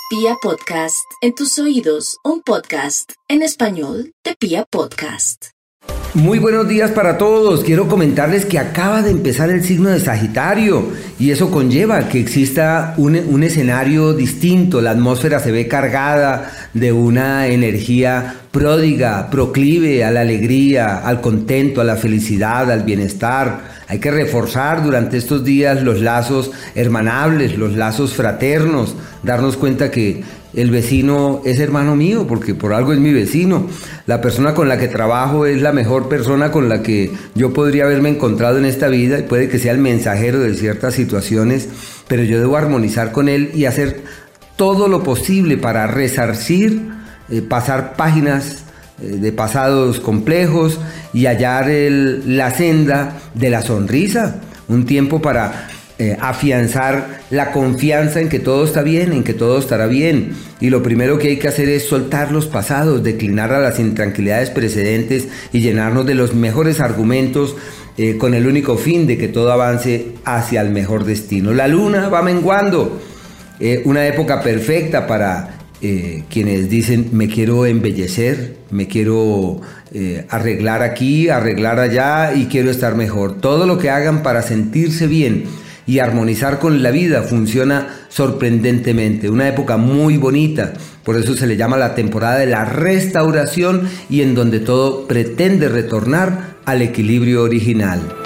Pia Podcast, en tus oídos, un podcast en español de Pia Podcast. Muy buenos días para todos. Quiero comentarles que acaba de empezar el signo de Sagitario y eso conlleva que exista un escenario distinto. La atmósfera se ve cargada de una energía pródiga, proclive a la alegría, al contento, a la felicidad, al bienestar. Hay que reforzar durante estos días los lazos hermanables, los lazos fraternos, darnos cuenta que el vecino es hermano mío porque por algo es mi vecino. La persona con la que trabajo es la mejor persona con la que yo podría haberme encontrado en esta vida y puede que sea el mensajero de ciertas situaciones, pero yo debo armonizar con él y hacer todo lo posible para resarcir, pasar páginas de pasados complejos y hallar la senda de la sonrisa, un tiempo para afianzar la confianza en que todo está bien, en que todo estará bien. Y lo primero que hay que hacer es soltar los pasados, declinar a las intranquilidades precedentes y llenarnos de los mejores argumentos con el único fin de que todo avance hacia el mejor destino. La luna va menguando, una época perfecta para quienes dicen me quiero embellecer, me quiero arreglar aquí, arreglar allá y quiero estar mejor. Todo lo que hagan para sentirse bien y armonizar con la vida funciona sorprendentemente. Una época muy bonita, por eso se le llama la temporada de la restauración y en donde todo pretende retornar al equilibrio original.